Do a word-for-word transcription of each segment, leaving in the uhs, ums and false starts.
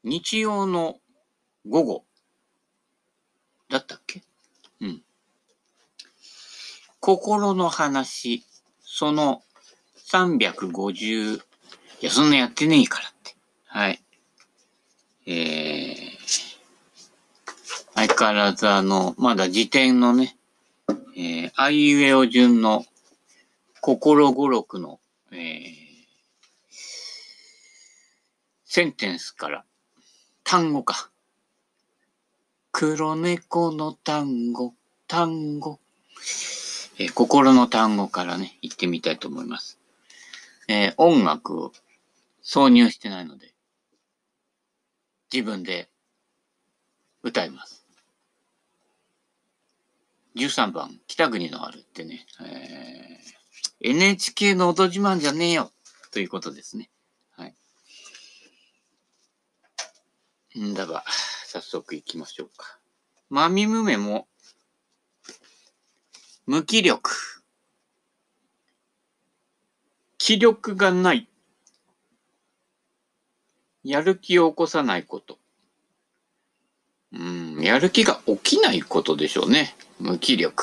日曜の午後だったっけ？うん。心の話、そのさんびゃくごじゅう、いや、そんなやってねえからって。はい。えー、相変わらずあの、まだ辞典のね、えー、あいうえお順の心語録の、えー、センテンスから単語か。黒猫の単語、単語。えー、心の単語からね、言ってみたいと思います。えー、音楽を挿入してないので、自分で歌います。じゅうさんばん、北国の春ってね、えー、エヌエイチケー の音自慢じゃねえよということですね。はい。んだば、早速行きましょうか。まみむめも、無気力。気力がない。やる気を起こさないこと。うん、やる気が起きないことでしょうね。無気力。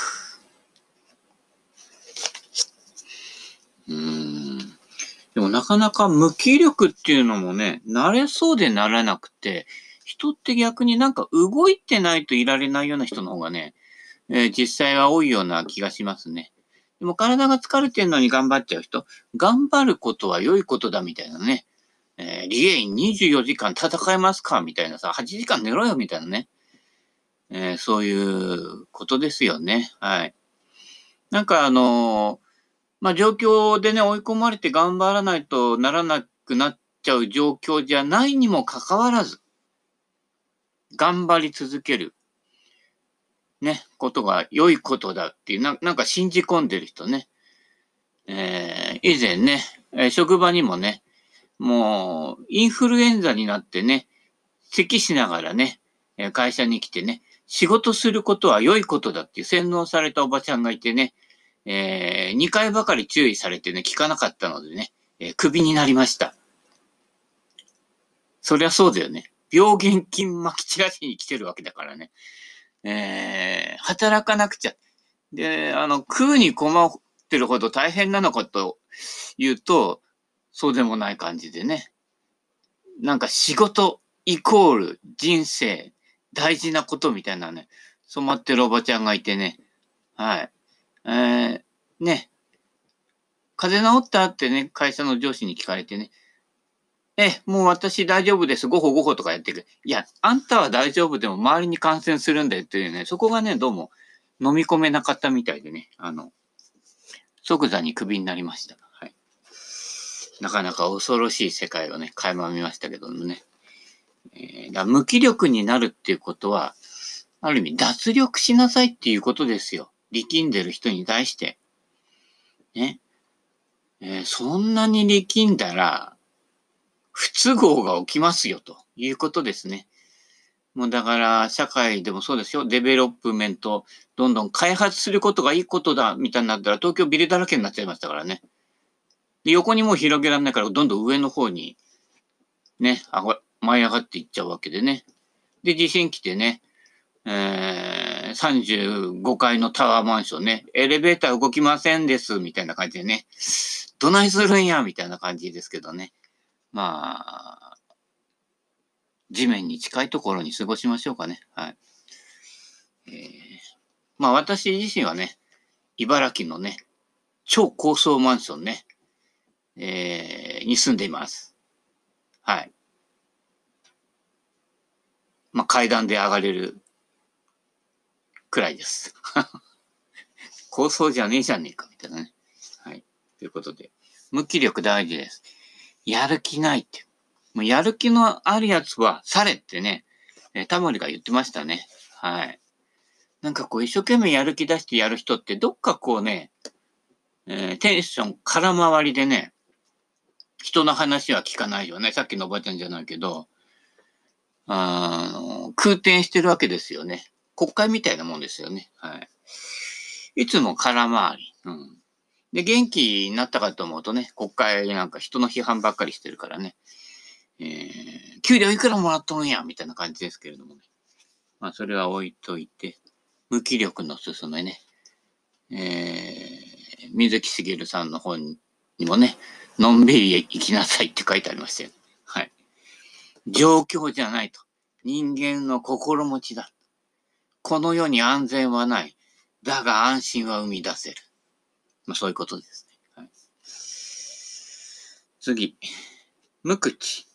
うん。でもなかなか無気力っていうのもね、慣れそうでならなくて、人って逆になんか動いてないといられないような人の方がね、えー実際は多いような気がしますね。でも体が疲れてるのに頑張っちゃう人、頑張ることは良いことだみたいなね。えー、リエインにじゅうよじかん戦えますかみたいなさ、はちじかん寝ろよみたいなね。えーそういうことですよね。はい。なんかあのーまあ、状況でね、追い込まれて頑張らないとならなくなっちゃう状況じゃないにもかかわらず、頑張り続ける、ね、ことが良いことだっていう、ななんか信じ込んでる人ね。えー以前ね、えー職場にもね、もう、インフルエンザになってね、咳しながらね、えー会社に来てね、仕事することは良いことだっていう洗脳されたおばちゃんがいてね、えー、にかいばかり注意されてね、聞かなかったのでね、えークビになりました。そりゃそうだよね。病原菌撒き散らしに来てるわけだからね。えー、働かなくちゃ。で、あの、食うに困ってるほど大変なのかというと、そうでもない感じでね。なんか仕事イコール人生、大事なことみたいなね、染まってるおばちゃんがいてね。はい。えー、ね、風邪治ったってね、会社の上司に聞かれてね、え、もう私大丈夫です。ごほごほとかやってる。いや、あんたは大丈夫でも周りに感染するんだよっていうね、そこがね、どうも飲み込めなかったみたいでね、あの、即座にクビになりました。はい。なかなか恐ろしい世界をね、垣間見ましたけどもね。えー、だ無気力になるっていうことは、ある意味脱力しなさいっていうことですよ。力んでる人に対して。ね。えーそんなに力んだら、不都合が起きますよということですね。もうだから、社会でもそうですよ。デベロップメント、どんどん開発することがいいことだ、みたいになったら、東京ビルだらけになっちゃいましたからね。で、横にもう広げられないから、どんどん上の方に、ね、上が、舞い上がっていっちゃうわけでね。で、地震来てね、えー、さんじゅうごかいのタワーマンションね、エレベーター動きませんです、みたいな感じでね、どないするんや、みたいな感じですけどね。まあ、地面に近いところに過ごしましょうかね。はい。えー、まあ私自身はね、茨城のね、超高層マンションね、えー、に住んでいます。はい。まあ階段で上がれるくらいです。高層じゃねえじゃねえか、みたいなね。はい。ということで、無気力大事です。やる気ないって。もうやる気のあるやつは、されってね、えー、タモリが言ってましたね。はい。なんかこう、一生懸命やる気出してやる人って、どっかこうね、えーテンション空回りでね、人の話は聞かないよね。さっきのおばちゃんじゃないけど、あの、空転してるわけですよね。国会みたいなもんですよね。はい。いつも空回り。うん。で、元気になったかと思うとね、国会なんか人の批判ばっかりしてるからね。 えー、給料いくらもらっとるんやみたいな感じですけれどもね。まあ、それは置いといて、無気力のすすめね。えー、水木しげるさんの本にもね、のんびり生きなさいって書いてありましたよ。はい。状況じゃないと。人間の心持ちだ。この世に安全はない。だが安心は生み出せる。まあ、そういうことですね。はい、次。無口。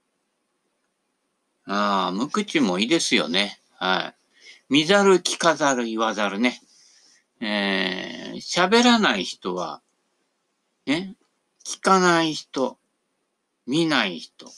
ああ、無口もいいですよね。はい。見ざる聞かざる言わざるね。えー、喋らない人は、ね、聞かない人、見ない人、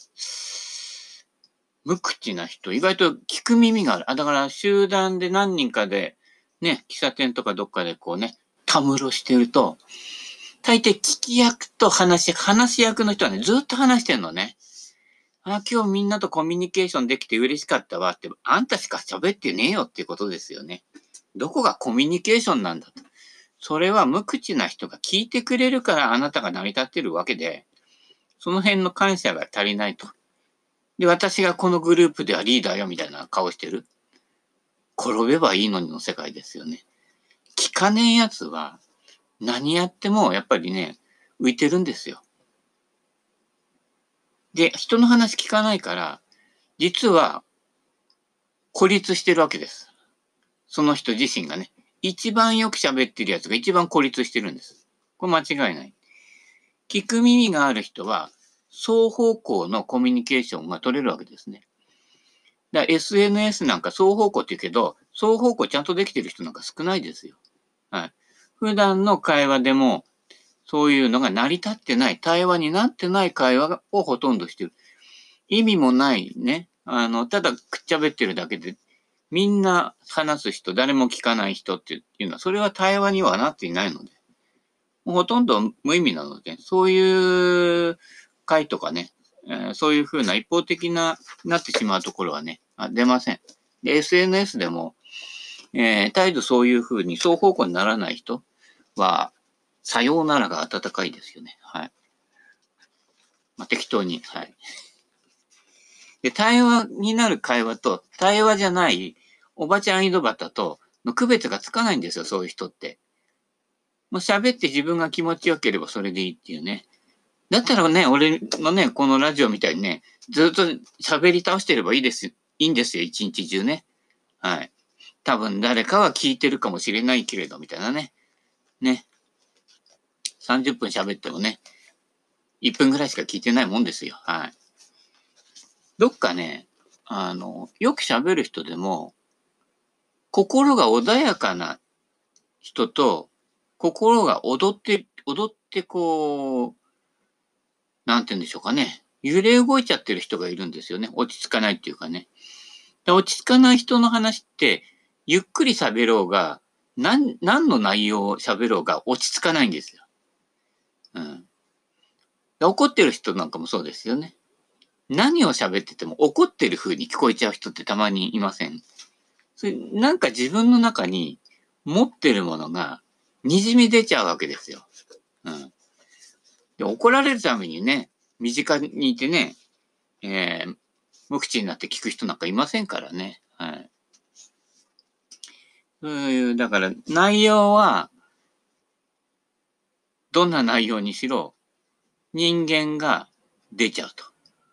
無口な人、意外と聞く耳がある。あ、だから集団で何人かで、ね、喫茶店とかどっかでこうね、たむろしてると、大抵聞き役と話、話し役の人はね、ずっと話してんのね。あ、今日みんなとコミュニケーションできて嬉しかったわって、あんたしか喋ってねえよっていうことですよね。どこがコミュニケーションなんだと。それは無口な人が聞いてくれるからあなたが成り立ってるわけで、その辺の感謝が足りないと。で、私がこのグループではリーダーよみたいな顔してる。転べばいいのにの世界ですよね。聞かねえやつは何やってもやっぱりね、浮いてるんですよ。で、人の話聞かないから、実は孤立してるわけです。その人自身がね。一番よく喋ってるやつが一番孤立してるんです。これ間違いない。聞く耳がある人は、双方向のコミュニケーションが取れるわけですね。だから エスエヌエス なんか双方向って言うけど、双方向ちゃんとできてる人なんか少ないですよ。はい。普段の会話でも、そういうのが成り立ってない、対話になってない会話をほとんどしてる。意味もないね。あの、ただくっちゃべってるだけで、みんな話す人、誰も聞かない人っていうのは、それは対話にはなっていないので、ほとんど無意味なので、そういう会とかね、えーそういうふうな一方的な、なってしまうところはね、あ出ません。で、エスエヌエス でも、えー、絶えずそういうふうに双方向にならない人は、さようならが温かいですよね。はい。まあ、適当に。はい。で、対話になる会話と、対話じゃない、おばちゃん井戸端と、の区別がつかないんですよ、そういう人って。もう喋って自分が気持ちよければそれでいいっていうね。だったらね、俺のね、このラジオみたいにね、ずっと喋り倒してればいいです、いいんですよ、一日中ね。はい。多分誰かは聞いてるかもしれないけれど、みたいなね。ね。さんじゅっぷん喋ってもね、いっぷんぐらいしか聞いてないもんですよ。はい。どっかね、あの、よく喋る人でも、心が穏やかな人と、心が踊って、踊ってこう、なんて言うんでしょうかね。揺れ動いちゃってる人がいるんですよね。落ち着かないっていうかね。で落ち着かない人の話って、ゆっくり喋ろうが、何、何の内容を喋ろうが落ち着かないんですよ。うん。で怒ってる人なんかもそうですよね。何を喋ってても怒ってる風に聞こえちゃう人ってたまにいません？それなんか自分の中に持ってるものが滲み出ちゃうわけですよ。うん。で怒られるためにね、身近にいてね、えー、無口になって聞く人なんかいませんからね。はい。そういう、だから内容は、どんな内容にしろ、人間が出ちゃうと。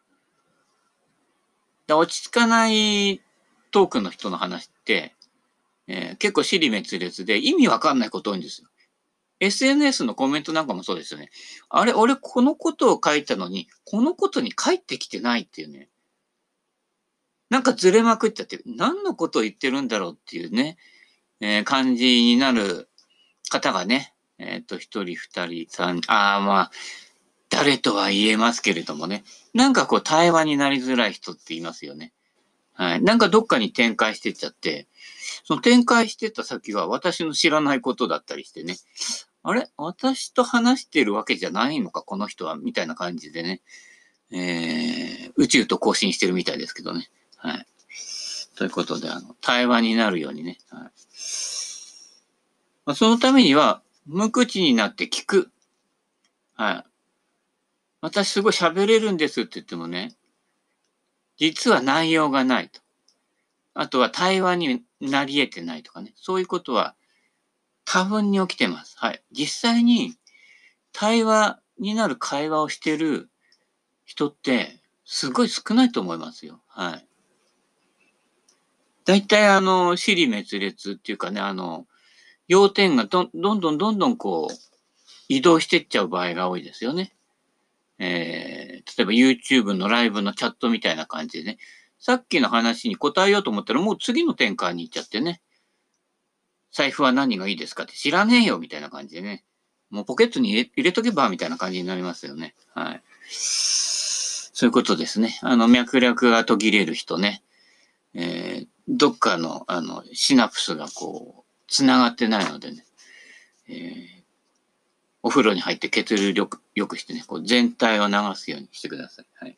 で落ち着かないトークの人の話って、えー結構尻滅裂で意味わかんないこと多いんですよ。エスエヌエス のコメントなんかもそうですよね。あれ、俺このことを書いたのに、このことに返ってきてないっていうね。なんかずれまくっちゃって、何のことを言ってるんだろうっていうね、えー感じになる方がね、えっ、と、一人、二人、三人、ああ、まあ、誰とは言えますけれどもね。なんかこう対話になりづらい人って言いますよね。はい。なんかどっかに展開してっちゃって、その展開してった先は私の知らないことだったりしてね。あれ私と話してるわけじゃないのか、この人は、みたいな感じでね。えー、宇宙と交信してるみたいですけどね。はい。ということで、あの、対話になるようにね。はい。まあ、そのためには、無口になって聞く。はい。私すごい喋れるんですって言ってもね、 実は内容がないと。あとは対話になり得てないとかね。そういうことは多分に起きてます。はい。実際に対話になる会話をしてる人ってすごい少ないと思いますよ。はい。大体あの、尻滅裂っていうかね、あの、要点がどどんどんどんどんこう、移動してっちゃう場合が多いですよね。えー、例えば YouTube のライブのチャットみたいな感じでね、さっきの話に答えようと思ったらもう次の展開に行っちゃってね、財布は何がいいですかって知らねえよみたいな感じでね、もうポケットに入れ入れとけばみたいな感じになりますよね。はい。そういうことですね。あの、脈絡が途切れる人ね、えー、どっかの、あの、シナプスがこう、繋がってないのでね、えー、お風呂に入って血流力よくしてね、こう全体を流すようにしてください。はい。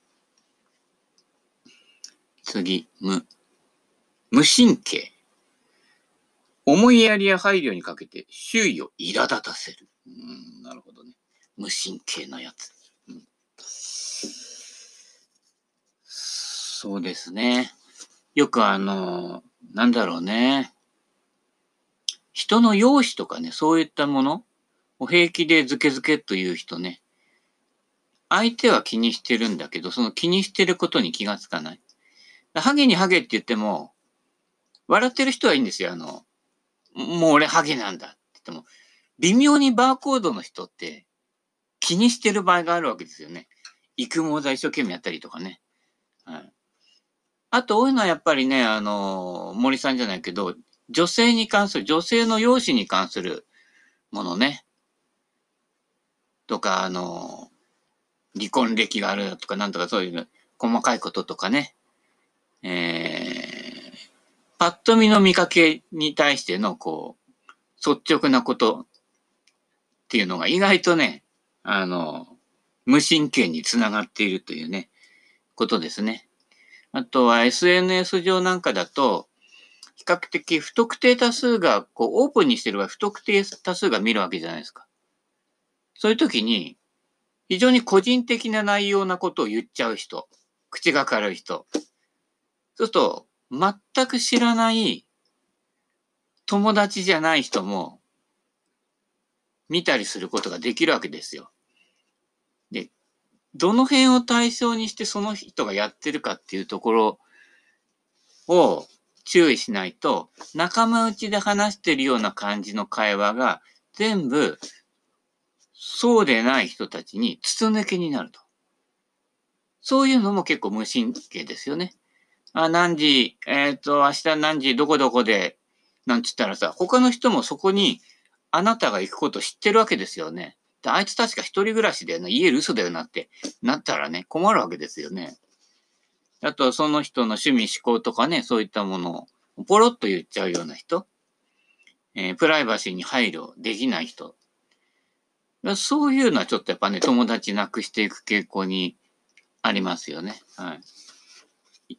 次、無。無神経。思いやりや配慮にかけて周囲を苛立たせる。うん、なるほどね。無神経なやつ。うん、そうですね。よくあの、なんだろうね。人の容姿とかね、そういったものを平気でズケズケという人ね。相手は気にしてるんだけど、その気にしてることに気がつかない。ハゲにハゲって言っても、笑ってる人はいいんですよ。あの、もう俺ハゲなんだって言っても、微妙にバーコードの人って気にしてる場合があるわけですよね。育毛剤一生懸命やったりとかね。はい。あと多いのはやっぱりね、あの、森さんじゃないけど、女性に関する、女性の容姿に関するものね。とか、あの、離婚歴があるとか、なんとかそういう細かいこととかね。えー、パッと見の見かけに対しての、こう、率直なことっていうのが意外とね、あの、無神経につながっているというね、ことですね。あとは エスエヌエス 上なんかだと、比較的不特定多数が、こう、オープンにしてる場合、不特定多数が見るわけじゃないですか。そういう時に、非常に個人的な内容なことを言っちゃう人、口が軽い人。そうすると、全く知らない友達じゃない人も見たりすることができるわけですよ。で、どの辺を対象にしてその人がやってるかっていうところを注意しないと、仲間内で話してるような感じの会話が全部そうでない人たちに筒抜けになると。そういうのも結構無神経ですよね。あ、何時、えっと、明日何時、どこどこで、なんつったらさ、他の人もそこにあなたが行くこと知ってるわけですよね。で、あいつ確か一人暮らしだよな、家嘘だよなってなったらね、困るわけですよね。あと、その人の趣味思考とかね、そういったものをポロッと言っちゃうような人、えー、プライバシーに配慮できない人。そういうのはちょっとやっぱね、友達なくしていく傾向にありますよね。はい。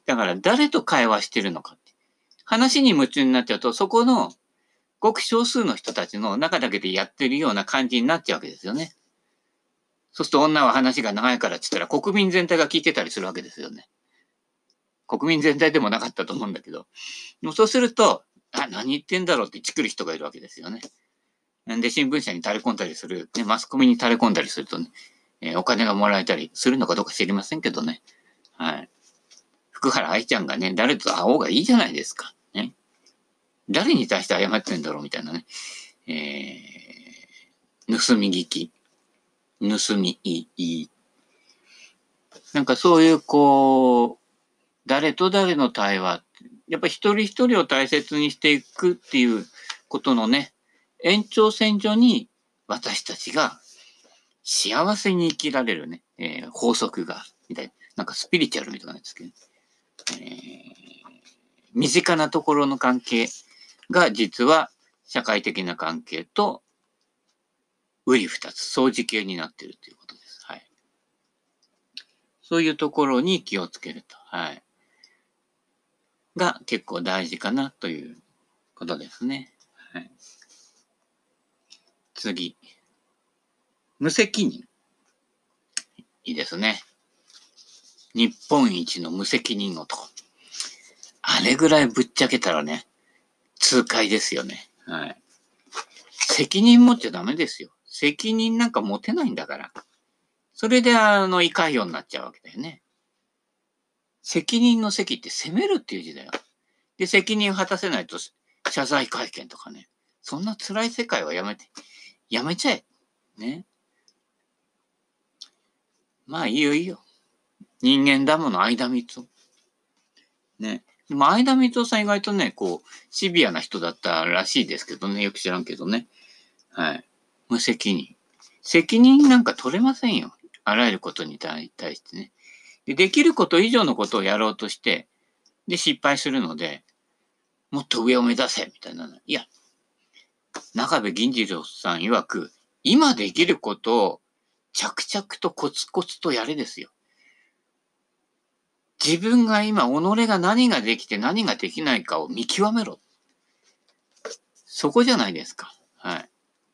だから誰と会話してるのかって。話に夢中になっちゃうと、そこのごく少数の人たちの中だけでやってるような感じになっちゃうわけですよね。そうすると女は話が長いからって言ったら国民全体が聞いてたりするわけですよね。国民全体でもなかったと思うんだけど。でもそうすると、あ、何言ってんだろうってチクる人がいるわけですよね。で、新聞社に垂れ込んだりする、ね、マスコミに垂れ込んだりするとね、えーお金がもらえたりするのかどうか知りませんけどね。はい。福原愛ちゃんがね、誰と会おうがいいじゃないですか。ね。誰に対して謝ってんだろうみたいなね。えー、盗み聞き。盗みいい。なんかそういう、こう、誰と誰の対話。やっぱり一人一人を大切にしていくっていうことのね、延長線上に私たちが幸せに生きられるね、えー、法則が、みたいな。なんかスピリチュアルみたいなんですけど、えー、身近なところの関係が実は社会的な関係と瓜二つ、相似形になっているということです。はい。そういうところに気をつけると。はい。が結構大事かなということですね。はい。次。無責任。いいですね。 日本一の無責任男。あれぐらいぶっちゃけたらね、痛快ですよね。はい。責任持っちゃダメですよ。責任なんか持てないんだから。それであの、胃潰瘍になっちゃうわけだよね。責任の責って責めるっていう字だよ。で、責任を果たせないと謝罪会見とかね。そんな辛い世界はやめて、やめちゃえ。ね。まあいいよいいよ。人間だもの、相田光夫。ね。でも相田光夫さん意外とね、こう、シビアな人だったらしいですけどね。よく知らんけどね。はい。無責任。責任なんか取れませんよ。あらゆることに対してね。で、できること以上のことをやろうとして、で、失敗するので、もっと上を目指せみたいな。いや、中部銀次郎さん曰く、今できることを着々とコツコツとやれですよ。自分が今、己が何ができて何ができないかを見極めろ。そこじゃないですか。はい。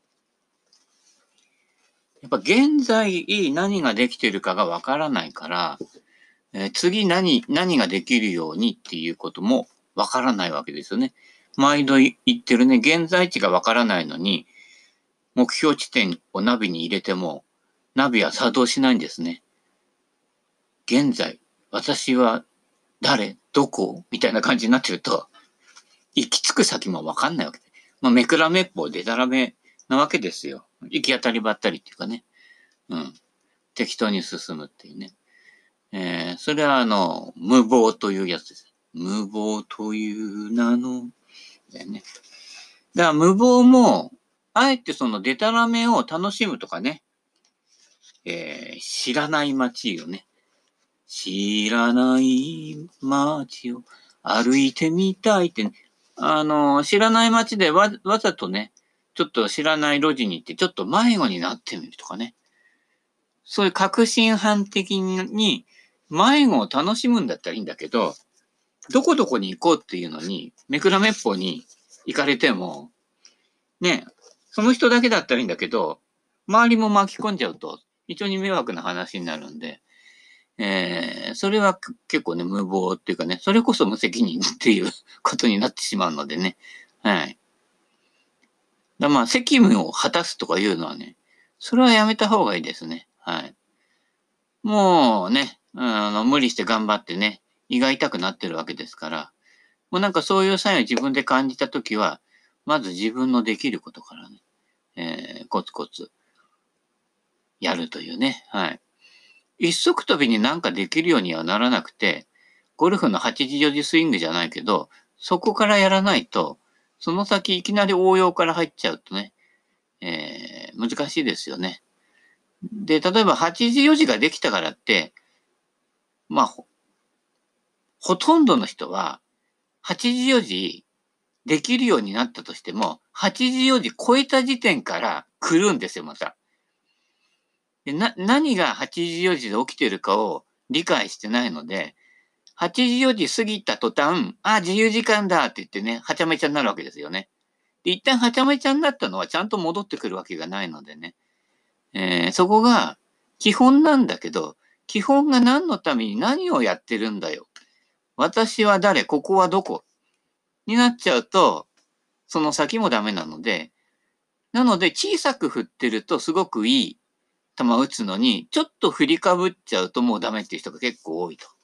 やっぱ現在何ができているかがわからないから、えー、次何、何ができるようにっていうこともわからないわけですよね。毎度言ってるね、現在地がわからないのに、目標地点をナビに入れても、ナビは作動しないんですね。現在、私は誰どこみたいな感じになってると、行き着く先もわかんないわけで。まあ、めくらめっぽうでだらめなわけですよ。行き当たりばったりっていうかね。うん。適当に進むっていうね。えー、それはあの、無謀というやつです。無謀という名の、だよね。だから無謀も、あえてそのデタラメを楽しむとかね。えー、知らない街をね。知らない街を歩いてみたいって、ね、あの、知らない街でわ、わざとね、ちょっと知らない路地に行って、ちょっと迷子になってみるとかね。そういう革新犯的に迷子を楽しむんだったらいいんだけど、どこどこに行こうっていうのに、めくらめっぽに行かれても、ね、その人だけだったらいいんだけど、周りも巻き込んじゃうと、非常に迷惑な話になるんで、えー、それは結構ね、無謀っていうかね、それこそ無責任っていうことになってしまうのでね。はい。だまあ、責務を果たすとかいうのはね、それはやめた方がいいですね。はい。もうね、あの、無理して頑張ってね、胃が痛くなってるわけですから、もうなんかそういう際を自分で感じたときは、まず自分のできることからね、えー、コツコツやるというね。はい。一足飛びになんかできるようにはならなくて、ゴルフのはちじよじスイングじゃないけど、そこからやらないと、その先いきなり応用から入っちゃうとね、えー、難しいですよね。で、例えばはちじよじができたからって、まあ、ほ、ほとんどの人は、はちじよじできるようになったとしても、はちじよじ超えた時点から来るんですよ、また。でな、何がはちじよじで起きてるかを理解してないので、はちじよじ過ぎた途端、あ、自由時間だって言ってね、はちゃめちゃになるわけですよね。で、一旦はちゃめちゃになったのはちゃんと戻ってくるわけがないのでね。えー、そこが基本なんだけど、基本が何のために何をやってるんだよ。私は誰、ここはどこになっちゃうと、その先もダメなので、なので小さく振ってるとすごくいい球打つのに、ちょっと振りかぶっちゃうともうダメっていう人が結構多いと。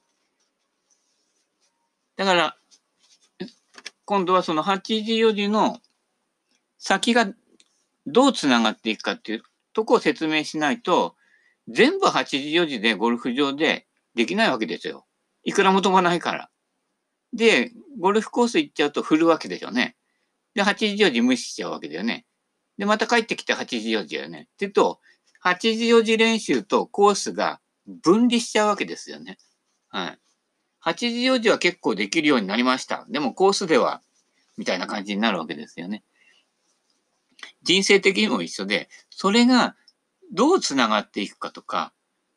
だから、今度はそのはちじよじの先がどうつながっていくかっていうとこを説明しないと、全部はちじよじでゴルフ場でできないわけですよ。いくらも飛ばないから。で、ゴルフコース行っちゃうと振るわけでしょうね。で、はちじよじ無視しちゃうわけだよね。で、また帰ってきてはちじよじだよね。って言うと、はちじよじ練習とコースが分離しちゃうわけですよね。はい。はちじよじは結構できるようになりました。でもコースでは、みたいな感じになるわけですよね。人生的にも一緒で、それがどうつながっていくかとか、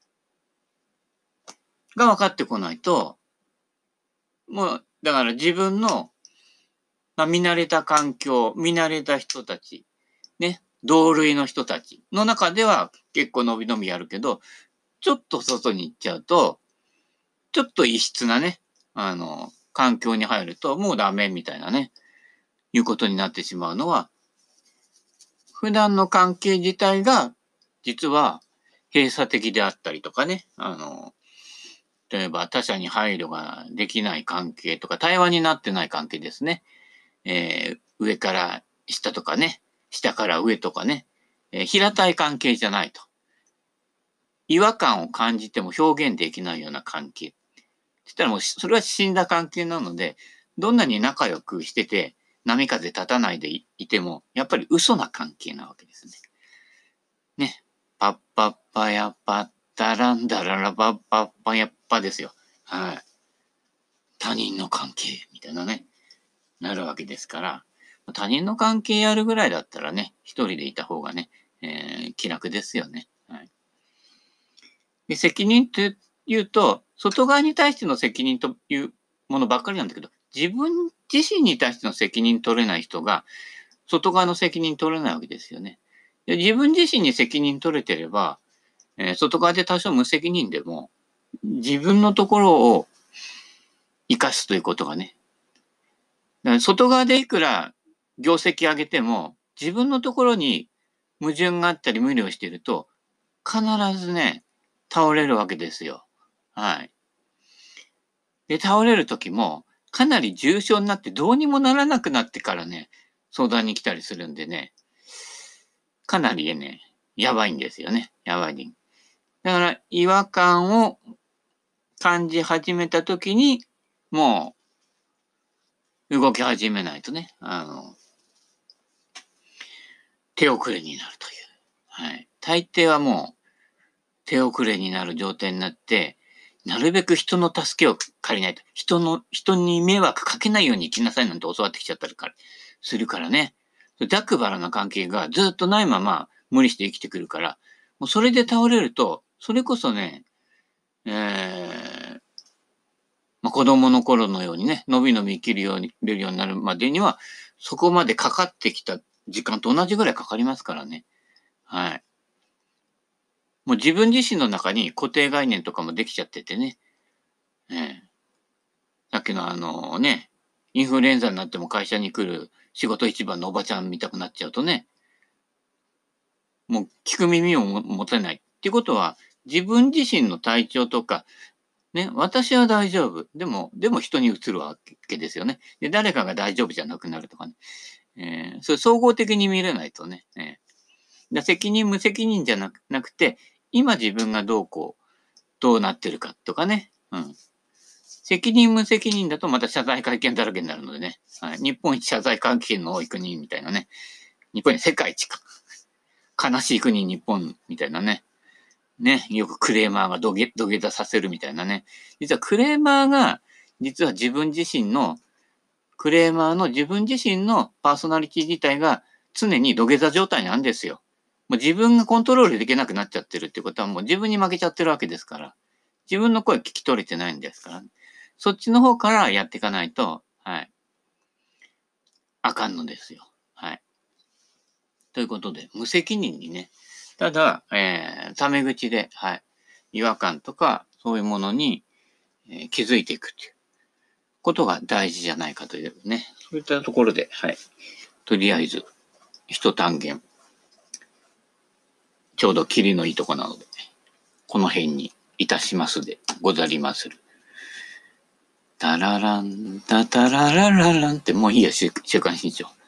が分かってこないと、もう、だから自分の、まあ、見慣れた環境、見慣れた人たち、ね、同類の人たちの中では結構伸び伸びやるけど、ちょっと外に行っちゃうと、 ちょっと異質なね、あの、環境に入るともうダメみたいなね、いうことになってしまうのは、普段の関係自体が実は閉鎖的であったりとかね、あの、例えば他者に配慮ができない関係とか、対話になってない関係ですね。えー、上から下とかね、下から上とかね、えー、平たい関係じゃないと。違和感を感じても表現できないような関係。そしたらもう、それは死んだ関係なので、どんなに仲良くしてて、波風立たないでいても、やっぱり嘘な関係なわけですね。ね。パッパッパヤッパッタランダララパッパッパヤッパですよ。はい。他人の関係みたいなね、なるわけですから、他人の関係やるぐらいだったらね、一人でいた方がね、えー、気楽ですよね。はい。で、責任って言うと、外側に対しての責任というものばっかりなんだけど、自分自身に対しての責任取れない人が、外側の責任取れないわけですよね。で、自分自身に責任取れてれば、えー、外側で多少無責任でも、自分のところを生かすということがね。だから外側でいくら業績上げても、自分のところに矛盾があったり無理をしていると、必ずね、倒れるわけですよ。はい。で、倒れる時も、かなり重症になってどうにもならなくなってからね、相談に来たりするんでね、かなりね、やばいんですよね。やばい。だから、違和感を感じ始めた時に、もう、動き始めないとね、あの、手遅れになるという。はい。大抵はもう、手遅れになる状態になって、なるべく人の助けを借りないと。人の、人に迷惑かけないように生きなさいなんて教わってきちゃったりするからね。ざくばらな関係がずっとないまま無理して生きてくるから、もうそれで倒れると、それこそね、えー、まあ、子供の頃のようにね、のびのび生きるように、れるようになるまでには、そこまでかかってきた時間と同じぐらいかかりますからね。はい。もう自分自身の中に固定概念とかもできちゃっててね。ええ、さっきのあのね、インフルエンザになっても会社に来る仕事一番のおばちゃん見たくなっちゃうとね、もう聞く耳を持てない。っていうことは、自分自身の体調とか、ね、私は大丈夫。でも、でも人に移るわけですよね。で、誰かが大丈夫じゃなくなるとかね。えー、それ総合的に見れないとね。えー、だ責任無責任じゃなくなくて、今自分がどうこう、どうなってるかとかね。うん。責任無責任だとまた謝罪会見だらけになるのでね。はい、日本一謝罪会見の多い国みたいなね。日本世界一か。悲しい国日本みたいなね。ね。よくクレーマーが土下土下座させるみたいなね。実はクレーマーが、実は自分自身の、クレーマーの自分自身のパーソナリティ自体が常に土下座状態なんですよ。もう自分がコントロールできなくなっちゃってるってことはもう自分に負けちゃってるわけですから。自分の声聞き取れてないんですから、ね。そっちの方からやっていかないと、はい。あかんのですよ。はい。ということで、無責任にね、ただ、えー、タメ口で、はい。違和感とか、そういうものに、えー、気づいていくということが大事じゃないかというね。そういったところで、はい。とりあえず、一単元。ちょうど切りのいいとこなので、この辺にいたしますでござりまする。タララン、タタラララランってもういいや、週刊新潮。